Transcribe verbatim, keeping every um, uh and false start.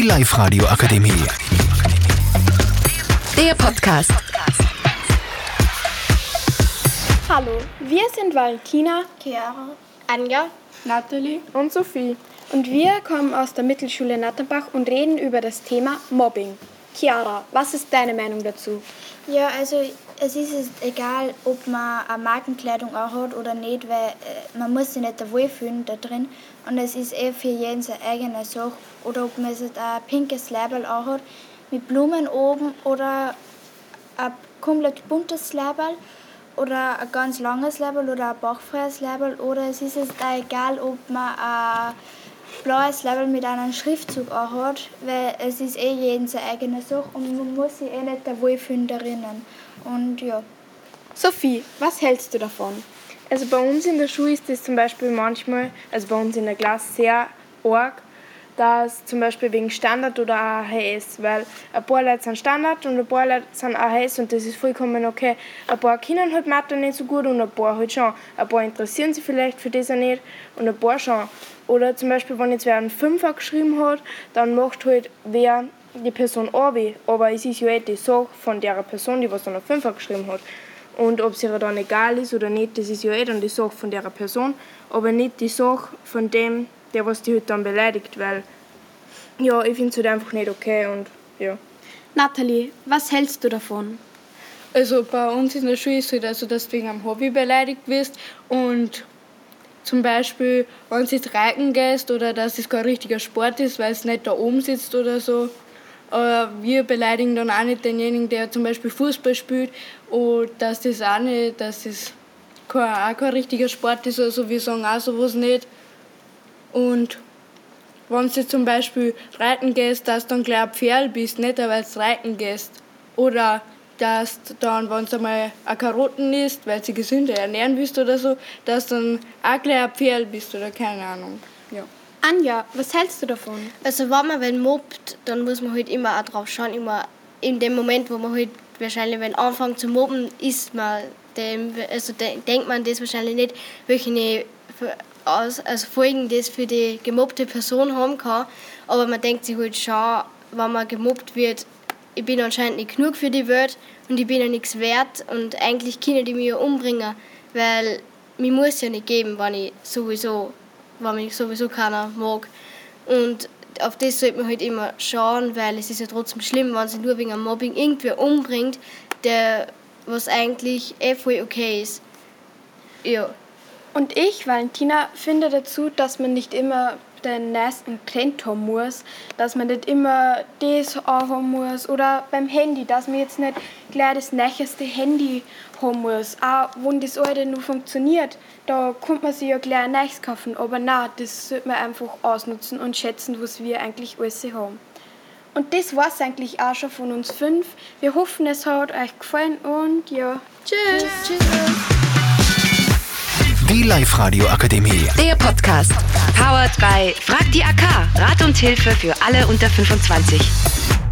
Die Live-Radio Akademie. Der Podcast. Hallo, wir sind Valentina, Chiara, Anja, Nathalie und Sophie. Und wir kommen aus der Mittelschule Natternbach und reden über das Thema Mobbing. Chiara, was ist deine Meinung dazu? Ja, also es ist egal, ob man eine Markenkleidung auch hat oder nicht, weil äh, man muss sich nicht wohlfühlen da drin. Und es ist eh für jeden seine eigene Sache. Oder ob man jetzt ein pinkes Label auch hat, mit Blumen oben oder ein komplett buntes Label oder ein ganz langes Label oder ein bauchfreies Label. Oder es ist jetzt auch egal, ob man ein blaues Label mit einem Schriftzug auch hat, weil es ist eh jeden seine eigene Sache und man muss sich eh nicht wohlfühlen darinnen. Und ja. Sophie, was hältst du davon? Also bei uns in der Schule ist das zum Beispiel manchmal, also bei uns in der Klasse sehr arg, dass zum Beispiel wegen Standard oder A H S, weil ein paar Leute sind Standard und ein paar Leute sind A H S und das ist vollkommen okay. Ein paar können halt Mathe nicht so gut und ein paar halt schon. Ein paar interessieren sich vielleicht für das auch nicht und ein paar schon. Oder zum Beispiel, wenn jetzt wer einen Fünfer geschrieben hat, dann macht halt wer die Person auch weh. Aber es ist ja eh die Sache von der Person, die was dann einen Fünfer geschrieben hat. Und ob es ihr dann egal ist oder nicht, das ist ja eh dann die Sache von der Person, aber nicht die Sache von dem, der was die halt dann beleidigt, weil ja, ich finde es halt einfach nicht okay und ja. Nathalie, was hältst du davon? Also bei uns in der Schule ist es halt also, dass du wegen einem Hobby beleidigt wirst und zum Beispiel, wenn du jetzt reiten gehst oder dass es kein richtiger Sport ist, weil es nicht da oben sitzt oder so. Aber wir beleidigen dann auch nicht denjenigen, der zum Beispiel Fußball spielt und dass das auch nicht, dass es kein, auch kein richtiger Sport ist. Also wir sagen auch sowas nicht. Und wenn du zum Beispiel reiten gehst, dass du dann gleich ein Pferd bist, nicht weil du reiten gehst. Oder dass du dann, wenn du einmal eine Karotten isst, weil du sie gesünder ernähren willst oder so, dass du dann auch gleich ein Pferd bist oder keine Ahnung. Ja. Anja, was hältst du davon? Also wenn man wen mobbt, dann muss man halt immer auch drauf schauen, immer in dem Moment, wo man halt wahrscheinlich, wenn anfängt zu mobben, ist man dem, also de, denkt man das wahrscheinlich nicht, welche aus, also Folgen das für die gemobbte Person haben kann, aber man denkt sich halt schon, wenn man gemobbt wird, ich bin anscheinend nicht genug für die Welt und ich bin ja nichts wert und eigentlich können die mich ja umbringen, weil mich muss ja nicht geben, wenn ich sowieso, wenn mich sowieso keiner mag. Und auf das sollte man halt immer schauen, weil es ist ja trotzdem schlimm, wenn sich nur wegen einem Mobbing irgendwer umbringt, der was eigentlich eh voll okay ist. Ja. Und ich, Valentina, finde dazu, dass man nicht immer den nächsten Trend haben muss, dass man nicht immer das haben muss oder beim Handy, dass man jetzt nicht gleich das nächste Handy haben muss. Auch wenn das alte nur funktioniert, da kommt man sich ja gleich ein neues kaufen, aber nein, das sollte man einfach ausnutzen und schätzen, was wir eigentlich alles haben. Und das war's eigentlich auch schon von uns fünf. Wir hoffen, es hat euch gefallen und ja, tschüss. Tschüss. Die Live-Radio Akademie. Der Podcast. Powered by Frag die A K. Rat und Hilfe für alle unter fünfundzwanzig.